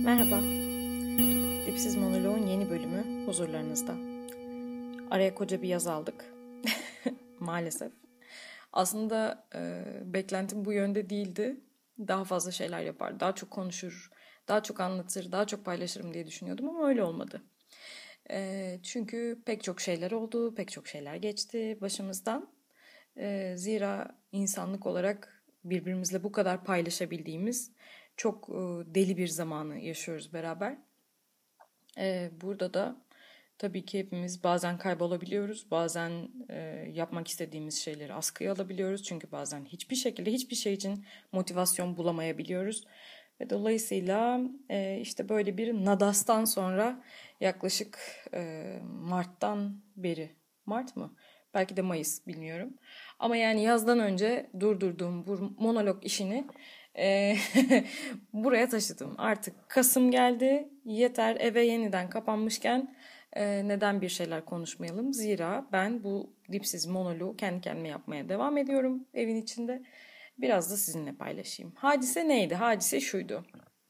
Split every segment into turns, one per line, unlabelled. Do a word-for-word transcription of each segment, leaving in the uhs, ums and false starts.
Merhaba, Dipsiz Monoloğun yeni bölümü huzurlarınızda. Araya koca bir yaz aldık, maalesef. Aslında e, beklentim bu yönde değildi. Daha fazla şeyler yapar, daha çok konuşur, daha çok anlatır, daha çok paylaşırım diye düşünüyordum ama öyle olmadı. E, çünkü pek çok şeyler oldu, pek çok şeyler geçti başımızdan. E, zira insanlık olarak birbirimizle bu kadar paylaşabildiğimiz çok e, deli bir zamanı yaşıyoruz beraber. Ee, burada da tabii ki hepimiz bazen kaybolabiliyoruz, bazen e, yapmak istediğimiz şeyleri askıya alabiliyoruz. Çünkü bazen hiçbir şekilde hiçbir şey için motivasyon bulamayabiliyoruz. Ve dolayısıyla e, işte böyle bir Nadas'tan sonra yaklaşık e, Mart'tan beri, Mart mı? Belki de Mayıs, bilmiyorum. Ama yani yazdan önce durdurduğum bu monolog işini e, buraya taşıdım. Artık Kasım geldi. Yeter, eve yeniden kapanmışken e, neden bir şeyler konuşmayalım? Zira ben bu dipsiz monologu kendi kendime yapmaya devam ediyorum evin içinde. Biraz da sizinle paylaşayım. Hadise neydi? Hadise şuydu.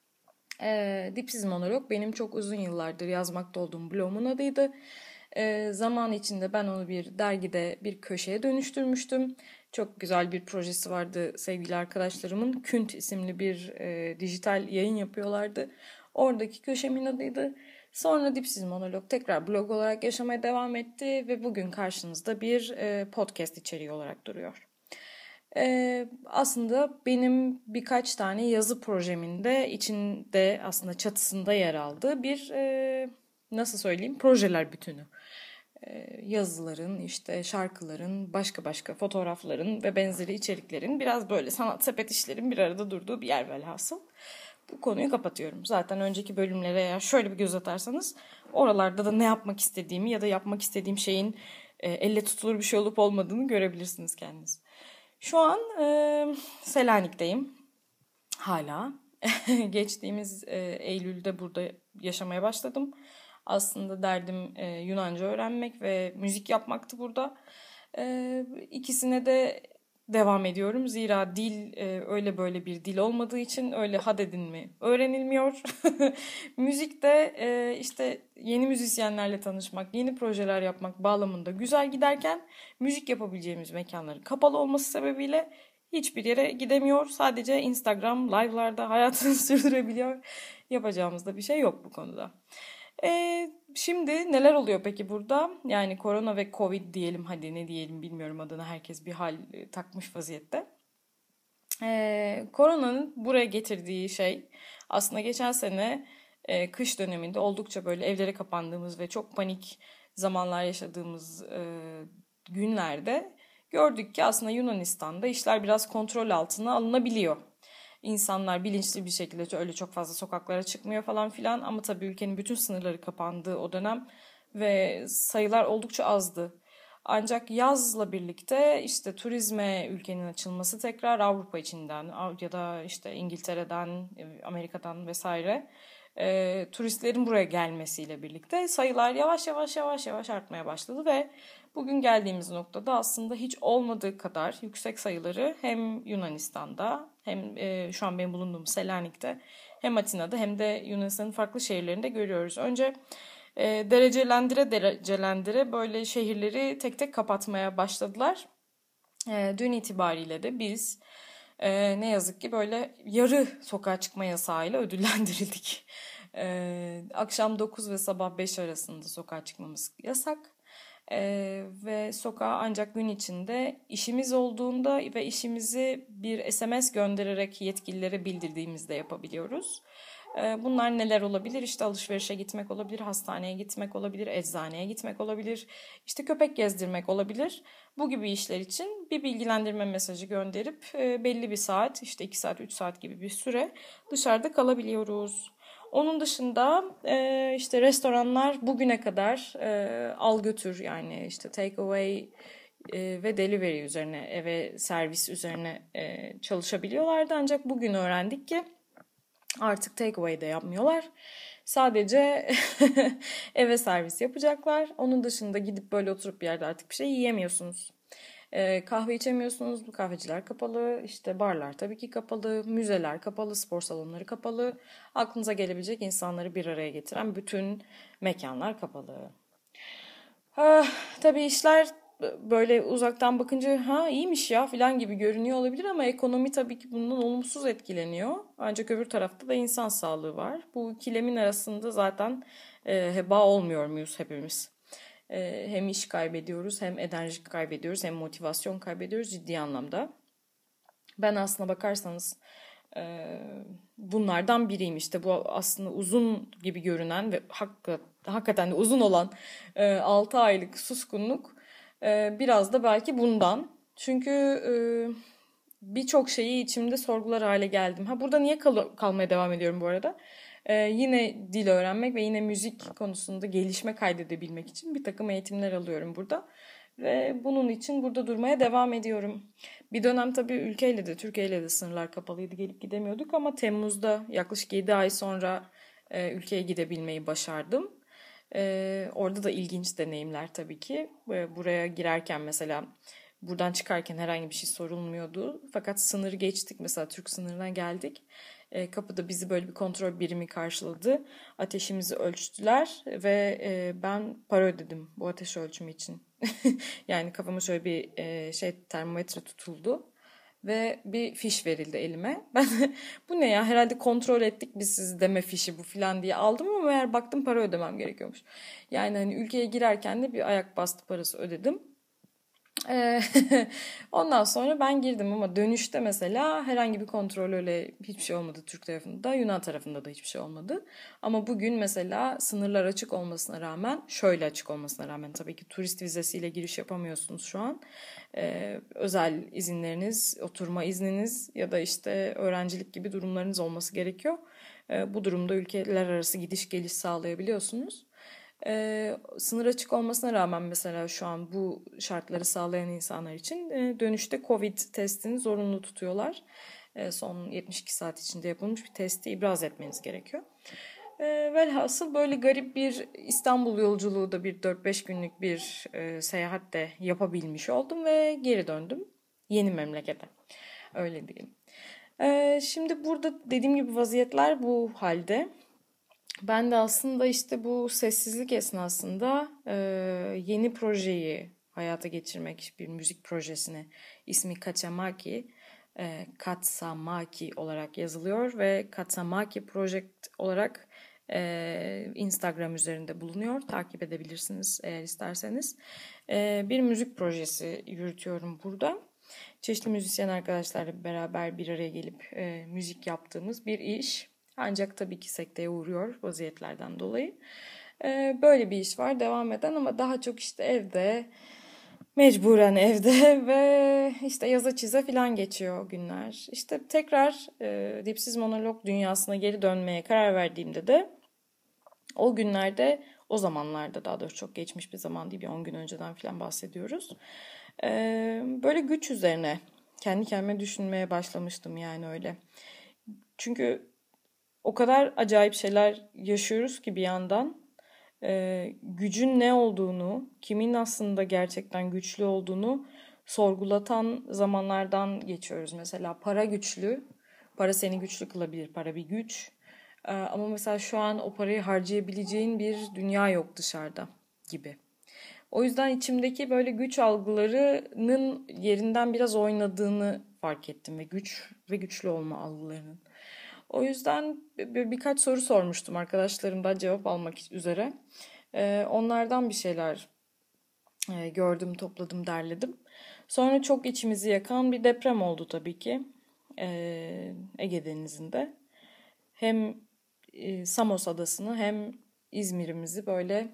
E, dipsiz monolog benim çok uzun yıllardır yazmakta olduğum blogumun adıydı. E, zaman içinde ben onu bir dergide bir köşeye dönüştürmüştüm. Çok güzel bir projesi vardı sevgili arkadaşlarımın. Künt isimli bir e, dijital yayın yapıyorlardı. Oradaki köşemin adıydı. Sonra Dipsiz Monolog tekrar blog olarak yaşamaya devam etti ve bugün karşınızda bir e, podcast içeriği olarak duruyor. Ee, aslında benim birkaç tane yazı projemin de içinde, aslında çatısında yer aldığı bir e, nasıl söyleyeyim, projeler bütünü. Ee, yazıların, işte şarkıların, başka başka fotoğrafların ve benzeri içeriklerin, biraz böyle sanat sepet işlerin bir arada durduğu bir yer velhasıl. Bu konuyu kapatıyorum. Zaten önceki bölümlere eğer şöyle bir göz atarsanız oralarda da ne yapmak istediğimi ya da yapmak istediğim şeyin e, elle tutulur bir şey olup olmadığını görebilirsiniz kendiniz. Şu an e, Selanik'teyim hala. Geçtiğimiz e, Eylül'de burada yaşamaya başladım. Aslında derdim e, Yunanca öğrenmek ve müzik yapmaktı burada. E, ikisine de devam ediyorum. Zira dil e, öyle böyle bir dil olmadığı için öyle had edin mi öğrenilmiyor. Müzik de e, işte yeni müzisyenlerle tanışmak, yeni projeler yapmak bağlamında güzel giderken müzik yapabileceğimiz mekanların kapalı olması sebebiyle hiçbir yere gidemiyor. Sadece Instagram live'larda hayatını sürdürebiliyor. Yapacağımız da bir şey yok bu konuda. Ee, şimdi neler oluyor peki burada? Yani korona ve Covid diyelim, hadi ne diyelim bilmiyorum adına, herkes bir hal e, takmış vaziyette. Ee, koronanın buraya getirdiği şey aslında geçen sene e, kış döneminde oldukça böyle evlere kapandığımız ve çok panik zamanlar yaşadığımız e, günlerde gördük ki aslında Yunanistan'da işler biraz kontrol altına alınabiliyor. İnsanlar bilinçli bir şekilde öyle çok fazla sokaklara çıkmıyor falan filan, ama tabii ülkenin bütün sınırları kapandığı o dönem ve sayılar oldukça azdı. Ancak yazla birlikte işte turizme ülkenin açılması tekrar Avrupa içinden ya da işte İngiltere'den, Amerika'dan vesaire e, turistlerin buraya gelmesiyle birlikte sayılar yavaş yavaş yavaş yavaş artmaya başladı ve bugün geldiğimiz noktada aslında hiç olmadığı kadar yüksek sayıları hem Yunanistan'da hem e, şu an benim bulunduğum Selanik'te hem Atina'da hem de Yunanistan'ın farklı şehirlerinde görüyoruz. Önce e, derecelendire derecelendire böyle şehirleri tek tek kapatmaya başladılar. E, dün itibariyle de biz e, ne yazık ki böyle yarı sokağa çıkma yasağıyla ödüllendirildik. E, akşam dokuz ve sabah beş arasında sokağa çıkmamız yasak. Ee, ve sokağa ancak gün içinde işimiz olduğunda ve işimizi bir S M S göndererek yetkililere bildirdiğimizde yapabiliyoruz. Ee, bunlar neler olabilir? İşte alışverişe gitmek olabilir, hastaneye gitmek olabilir, eczaneye gitmek olabilir, işte köpek gezdirmek olabilir. Bu gibi işler için bir bilgilendirme mesajı gönderip e, belli bir saat, işte iki saat, üç saat gibi bir süre dışarıda kalabiliyoruz. Onun dışında e, işte restoranlar bugüne kadar e, al götür, yani işte take away e, ve delivery üzerine, eve servis üzerine e, çalışabiliyorlardı. Ancak bugün öğrendik ki artık take away de yapmıyorlar. Sadece eve servis yapacaklar. Onun dışında gidip böyle oturup bir yerde artık bir şey yiyemiyorsunuz. E, kahve içemiyorsunuz, kahveciler kapalı, işte barlar tabii ki kapalı, müzeler kapalı, spor salonları kapalı. Aklınıza gelebilecek insanları bir araya getiren bütün mekanlar kapalı. Ah, tabii işler böyle uzaktan bakınca ha iyiymiş ya falan gibi görünüyor olabilir ama ekonomi tabii ki bundan olumsuz etkileniyor. Ancak öbür tarafta da insan sağlığı var. Bu ikilemin arasında zaten e, heba olmuyor muyuz hepimiz? E, hem iş kaybediyoruz, hem enerji kaybediyoruz, hem motivasyon kaybediyoruz ciddi anlamda. Ben aslına bakarsanız e, bunlardan biriyim işte. Bu aslında uzun gibi görünen ve hakikaten, hakikaten de uzun olan e, altı aylık suskunluk e, biraz da belki bundan. Çünkü e, birçok şeyi içimde sorgular hale geldim. Ha burada niye kal- kalmaya devam ediyorum bu arada? Ee, yine dil öğrenmek ve yine müzik konusunda gelişme kaydedebilmek için bir takım eğitimler alıyorum burada. Ve bunun için burada durmaya devam ediyorum. Bir dönem tabii ülkeyle de Türkiye'yle de sınırlar kapalıydı, gelip gidemiyorduk ama Temmuz'da yaklaşık yedi ay sonra e, ülkeye gidebilmeyi başardım. E, orada da ilginç deneyimler tabii ki. E, buraya girerken mesela buradan çıkarken herhangi bir şey sorulmuyordu. Fakat sınırı geçtik, mesela Türk sınırına geldik. E, kapıda bizi böyle bir kontrol birimi karşıladı. Ateşimizi ölçtüler ve e, ben para ödedim bu ateş ölçümü için. Yani kafama şöyle bir e, şey termometre tutuldu ve bir fiş verildi elime. Ben bu ne ya, herhalde kontrol ettik biz sizi deme fişi bu filan diye aldım ama meğer baktım para ödemem gerekiyormuş. Yani hani ülkeye girerken de bir ayak bastı parası ödedim. Eee, Ondan sonra ben girdim ama dönüşte mesela herhangi bir kontrol, öyle hiçbir şey olmadı Türk tarafında, Yunan tarafında da hiçbir şey olmadı. Ama bugün mesela sınırlar açık olmasına rağmen, şöyle açık olmasına rağmen tabii ki turist vizesiyle giriş yapamıyorsunuz şu an. Eee, özel izinleriniz, oturma izniniz ya da işte öğrencilik gibi durumlarınız olması gerekiyor. Eee, bu durumda ülkeler arası gidiş geliş sağlayabiliyorsunuz. Ee, sınır açık olmasına rağmen mesela şu an bu şartları sağlayan insanlar için e, dönüşte Covid testini zorunlu tutuyorlar. E, son yetmiş iki saat içinde yapılmış bir testi ibraz etmeniz gerekiyor. E, velhasıl böyle garip bir İstanbul yolculuğu da, bir dört beş günlük bir e, seyahat de yapabilmiş oldum ve geri döndüm yeni memlekete. Öyle diyeyim. E, şimdi burada dediğim gibi vaziyetler bu halde. Ben de aslında işte bu sessizlik esnasında e, yeni projeyi hayata geçirmek, bir müzik projesini, ismi Katsamaki, e, Katsamaki olarak yazılıyor ve Katsamaki Project olarak e, Instagram üzerinde bulunuyor. Takip edebilirsiniz eğer isterseniz. E, bir müzik projesi yürütüyorum burada. Çeşitli müzisyen arkadaşlarla beraber bir araya gelip e, müzik yaptığımız bir iş. Ancak tabii ki sekteye uğruyor vaziyetlerden dolayı. Ee, böyle bir iş var devam eden ama daha çok işte evde, mecburen evde ve işte yaza çize falan geçiyor günler. İşte tekrar e, dipsiz monolog dünyasına geri dönmeye karar verdiğimde de o günlerde, o zamanlarda, daha doğrusu çok geçmiş bir zaman değil, bir on gün önceden falan bahsediyoruz. Ee, böyle güç üzerine kendi kendime düşünmeye başlamıştım yani öyle. Çünkü o kadar acayip şeyler yaşıyoruz ki bir yandan e, gücün ne olduğunu, kimin aslında gerçekten güçlü olduğunu sorgulatan zamanlardan geçiyoruz. Mesela para güçlü, para seni güçlü kılabilir, para bir güç. E, ama mesela şu an o parayı harcayabileceğin bir dünya yok dışarıda gibi. O yüzden içimdeki böyle güç algılarının yerinden biraz oynadığını fark ettim ve güç ve güçlü olma algılarının. O yüzden bir, birkaç soru sormuştum arkadaşlarımdan cevap almak üzere. Ee, onlardan bir şeyler e, gördüm, topladım, derledim. Sonra çok içimizi yakan bir deprem oldu tabii ki ee, Ege Denizi'nde. Hem e, Samos Adası'nı hem İzmir'imizi böyle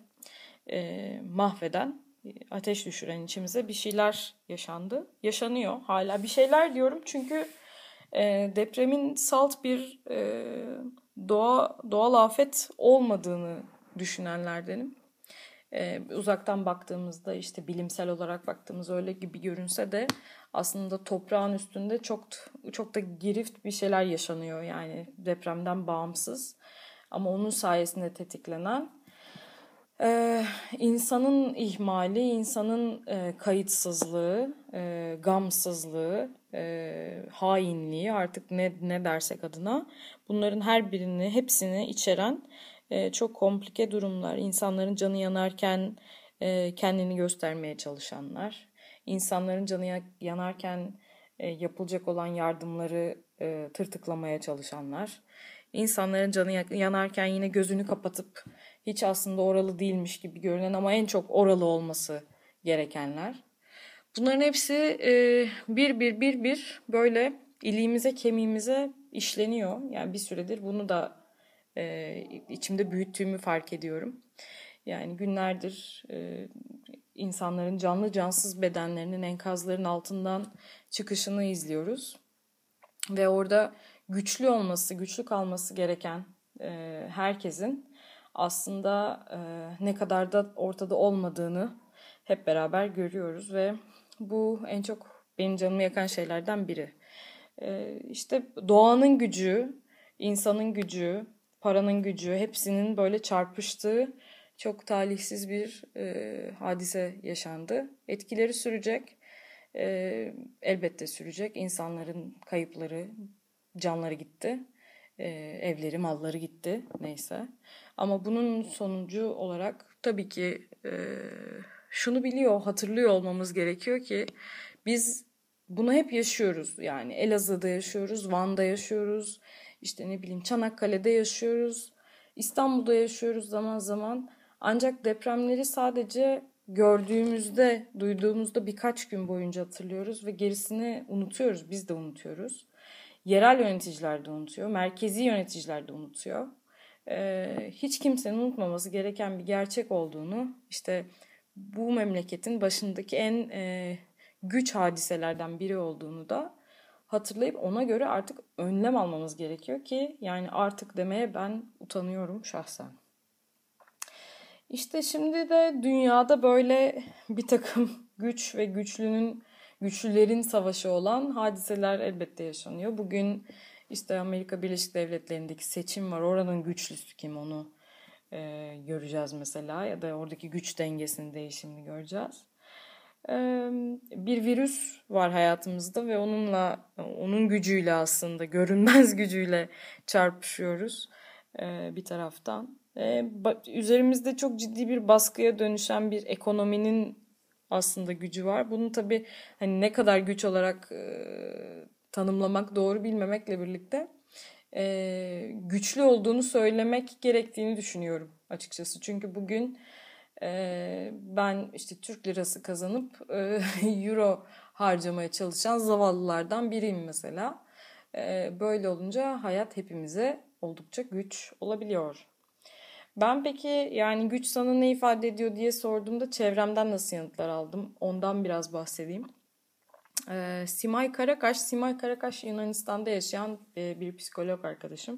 e, mahveden, ateş düşüren içimize bir şeyler yaşandı. Yaşanıyor hala bir şeyler diyorum çünkü e, depremin salt bir e, doğa doğal afet olmadığını düşünenlerdenim. E, uzaktan baktığımızda, işte bilimsel olarak baktığımız öyle gibi görünse de aslında toprağın üstünde çok çok da girift bir şeyler yaşanıyor yani depremden bağımsız. Ama onun sayesinde tetiklenen Ee, insanın ihmali, insanın e, kayıtsızlığı, e, gamsızlığı, e, hainliği artık ne ne dersek adına bunların her birini, hepsini içeren e, çok komplike durumlar. İnsanların canı yanarken e, kendini göstermeye çalışanlar, insanların canı yanarken e, yapılacak olan yardımları e, tırtıklamaya çalışanlar, insanların canı yanarken yine gözünü kapatıp hiç aslında oralı değilmiş gibi görünen ama en çok oralı olması gerekenler. Bunların hepsi e, bir bir bir bir böyle iliğimize kemiğimize işleniyor. Yani bir süredir bunu da e, içimde büyüttüğümü fark ediyorum. Yani günlerdir e, insanların canlı cansız bedenlerinin enkazların altından çıkışını izliyoruz. Ve orada güçlü olması, güçlü kalması gereken e, herkesin aslında e, ne kadar da ortada olmadığını hep beraber görüyoruz ve bu en çok benim canımı yakan şeylerden biri. E, işte doğanın gücü, insanın gücü, paranın gücü hepsinin böyle çarpıştığı çok talihsiz bir e, hadise yaşandı. Etkileri sürecek. E, elbette sürecek. İnsanların kayıpları, canları gitti. E, evleri, malları gitti. Neyse. Ama bunun sonucu olarak tabii ki e, şunu biliyor, hatırlıyor olmamız gerekiyor ki biz bunu hep yaşıyoruz. Yani Elazığ'da yaşıyoruz, Van'da yaşıyoruz, işte ne bileyim Çanakkale'de yaşıyoruz, İstanbul'da yaşıyoruz zaman zaman. Ancak depremleri sadece gördüğümüzde, duyduğumuzda birkaç gün boyunca hatırlıyoruz ve gerisini unutuyoruz. Biz de unutuyoruz. Yerel yöneticiler de unutuyor, merkezi yöneticiler de unutuyor. Ee, hiç kimsenin unutmaması gereken bir gerçek olduğunu, işte bu memleketin başındaki en e, güç hadiselerden biri olduğunu da hatırlayıp ona göre artık önlem almamız gerekiyor ki yani artık demeye ben utanıyorum şahsen. İşte şimdi de dünyada böyle bir takım güç ve güçlünün güçlülerin savaşı olan hadiseler elbette yaşanıyor. Bugün işte Amerika Birleşik Devletleri'ndeki seçim var. Oranın güçlüsü kim onu e, göreceğiz mesela ya da oradaki güç dengesinin değişimini göreceğiz. E, bir virüs var hayatımızda ve onunla onun gücüyle aslında görünmez gücüyle çarpışıyoruz e, bir taraftan. E, üzerimizde çok ciddi bir baskıya dönüşen bir ekonominin aslında gücü var. Bunu tabii hani ne kadar güç olarak e, tanımlamak doğru bilmemekle birlikte e, güçlü olduğunu söylemek gerektiğini düşünüyorum açıkçası. Çünkü bugün e, ben işte Türk lirası kazanıp e, euro harcamaya çalışan zavallılardan biriyim mesela. E, böyle olunca hayat hepimize oldukça güç olabiliyor. Ben peki yani güç sana ne ifade ediyor diye sorduğumda çevremden nasıl yanıtlar aldım? Ondan biraz bahsedeyim. Ee, Simay Karakaş, Simay Karakaş Yunanistan'da yaşayan e, bir psikolog arkadaşım.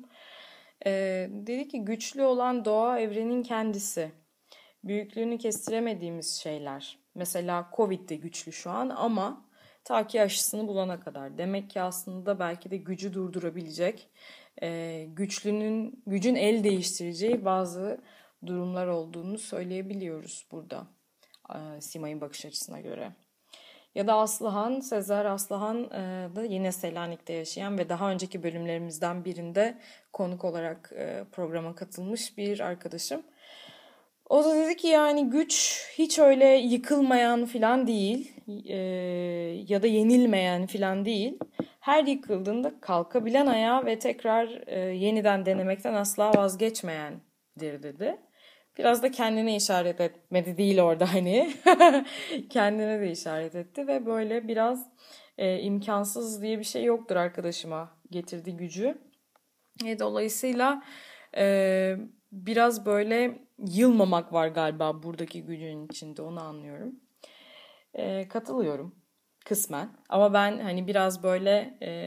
Ee, dedi ki güçlü olan doğa evrenin kendisi. Büyüklüğünü kestiremediğimiz şeyler. Mesela Covid de güçlü şu an ama ta ki aşısını bulana kadar. Demek ki aslında belki de gücü durdurabilecek, e, güçlünün gücün el değiştireceği bazı durumlar olduğunu söyleyebiliyoruz burada. E, Simay'ın bakış açısına göre. Ya da Aslıhan, Sezer Aslıhan e, da yine Selanik'te yaşayan ve daha önceki bölümlerimizden birinde konuk olarak e, programa katılmış bir arkadaşım. O da dedi ki yani güç hiç öyle yıkılmayan falan değil e, ya da yenilmeyen falan değil. Her yıkıldığında kalkabilen ayağa ve tekrar e, yeniden denemekten asla vazgeçmeyendir dedi. Biraz da kendine işaret etmedi değil orada hani. Kendine de işaret etti ve böyle biraz e, imkansız diye bir şey yoktur arkadaşıma getirdiği gücü. E, dolayısıyla e, biraz böyle yılmamak var galiba buradaki gücün içinde onu anlıyorum. E, katılıyorum kısmen ama ben hani biraz böyle e,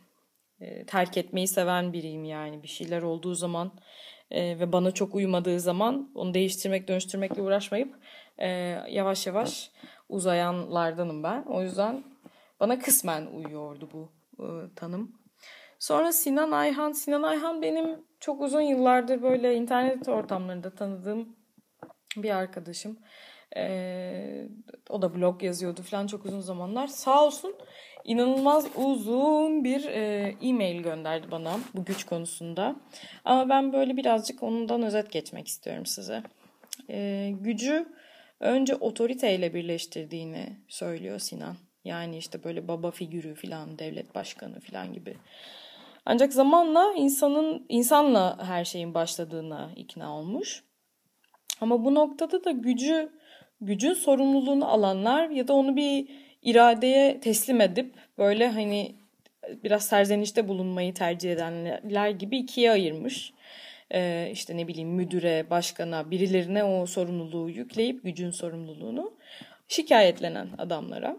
e, terk etmeyi seven biriyim yani bir şeyler olduğu zaman e, ve bana çok uymadığı zaman onu değiştirmek dönüştürmekle uğraşmayıp e, yavaş yavaş uzayanlardanım ben. O yüzden bana kısmen uyuyordu bu e, tanım. Sonra Sinan Ayhan. Sinan Ayhan benim çok uzun yıllardır böyle internet ortamlarında tanıdığım bir arkadaşım. Ee, o da blog yazıyordu falan çok uzun zamanlar. Sağ olsun inanılmaz uzun bir e, e-mail gönderdi bana bu güç konusunda. Ama ben böyle birazcık ondan özet geçmek istiyorum size. Ee, gücü önce otoriteyle birleştirdiğini söylüyor Sinan. Yani işte böyle baba figürü falan, devlet başkanı falan gibi. Ancak zamanla insanın insanla her şeyin başladığına ikna olmuş. Ama bu noktada da gücü gücün sorumluluğunu alanlar ya da onu bir iradeye teslim edip böyle hani biraz serzenişte bulunmayı tercih edenler gibi ikiye ayırmış. Ee, işte ne bileyim müdüre, başkana, birilerine o sorumluluğu yükleyip gücün sorumluluğunu şikayetlenen adamlara.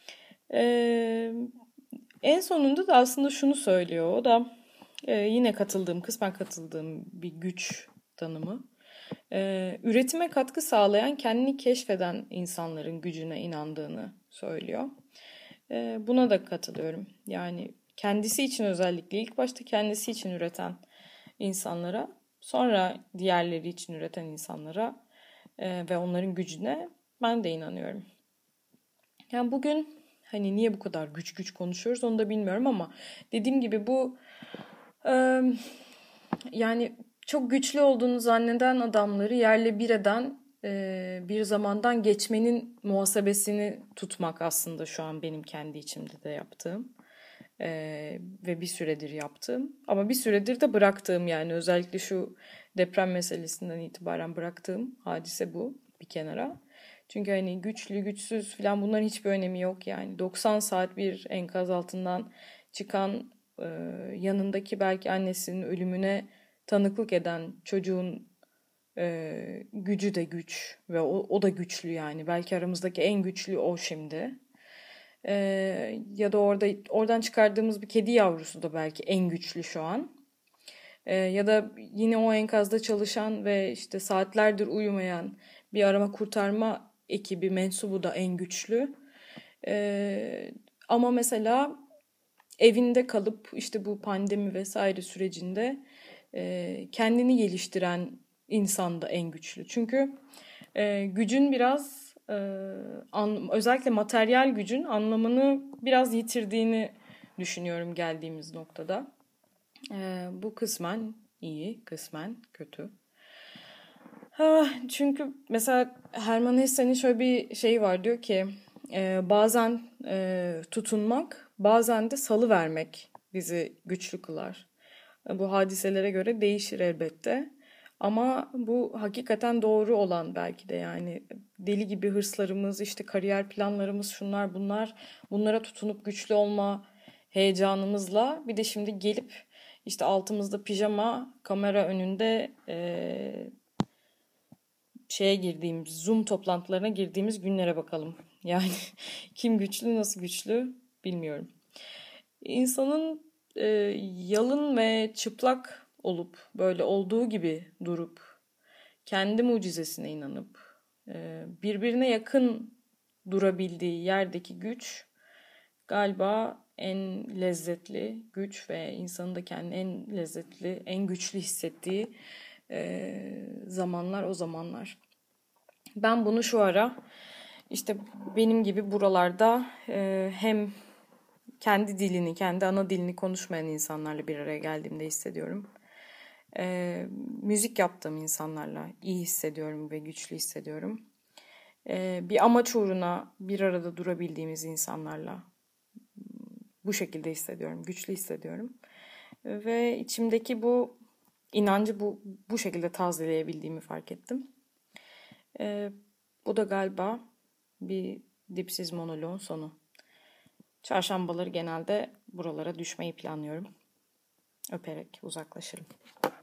Ee, en sonunda da aslında şunu söylüyor. O da e, yine katıldığım, kısmen katıldığım bir güç tanımı. Ee, üretime katkı sağlayan, kendini keşfeden insanların gücüne inandığını söylüyor. Ee, buna da katılıyorum. Yani kendisi için özellikle ilk başta kendisi için üreten insanlara, sonra diğerleri için üreten insanlara e, ve onların gücüne ben de inanıyorum. Yani bugün hani niye bu kadar güç güç konuşuyoruz onu da bilmiyorum ama dediğim gibi bu e, yani çok güçlü olduğunu zanneden adamları yerle bir eden e, bir zamandan geçmenin muhasebesini tutmak aslında şu an benim kendi içimde de yaptığım e, ve bir süredir yaptığım ama bir süredir de bıraktığım yani özellikle şu deprem meselesinden itibaren bıraktığım hadise bu bir kenara. Çünkü hani güçlü güçsüz falan bunların hiçbir önemi yok yani doksan saat bir enkaz altından çıkan e, yanındaki belki annesinin ölümüne tanıklık eden çocuğun e, gücü de güç ve o, o da güçlü yani. Belki aramızdaki en güçlü o şimdi. E, ya da orada oradan çıkardığımız bir kedi yavrusu da belki en güçlü şu an. E, ya da yine o enkazda çalışan ve işte saatlerdir uyumayan bir arama kurtarma ekibi mensubu da en güçlü. E, ama mesela evinde kalıp işte bu pandemi vesaire sürecinde e, kendini geliştiren insan da en güçlü. Çünkü e, gücün biraz e, an, özellikle materyal gücün anlamını biraz yitirdiğini düşünüyorum geldiğimiz noktada. E, bu kısmen iyi, kısmen kötü. Ha, çünkü mesela Hermann Hesse'nin şöyle bir şeyi var diyor ki e, bazen e, tutunmak bazen de salıvermek bizi güçlü kılar. E, bu hadiselere göre değişir elbette. Ama bu hakikaten doğru olan belki de yani deli gibi hırslarımız, işte kariyer planlarımız, şunlar bunlar bunlara tutunup güçlü olma heyecanımızla bir de şimdi gelip işte altımızda pijama kamera önünde e, şeye girdiğimiz Zoom toplantılarına girdiğimiz günlere bakalım. Yani kim güçlü nasıl güçlü bilmiyorum. İnsanın e, yalın ve çıplak olup böyle olduğu gibi durup kendi mucizesine inanıp e, birbirine yakın durabildiği yerdeki güç galiba en lezzetli güç ve insanın da kendini en lezzetli, en güçlü hissettiği e, zamanlar o zamanlar. Ben bunu şu ara işte benim gibi buralarda e, hem kendi dilini, kendi ana dilini konuşmayan insanlarla bir araya geldiğimde hissediyorum. E, müzik yaptığım insanlarla iyi hissediyorum ve güçlü hissediyorum. E, bir amaç uğruna bir arada durabildiğimiz insanlarla bu şekilde hissediyorum, güçlü hissediyorum. E, ve içimdeki bu inancı bu bu şekilde tazeleyebildiğimi fark ettim. E, bu da galiba bir dipsiz monoloğun sonu. Çarşambaları genelde buralara düşmeyi planlıyorum. Öperek uzaklaşırım.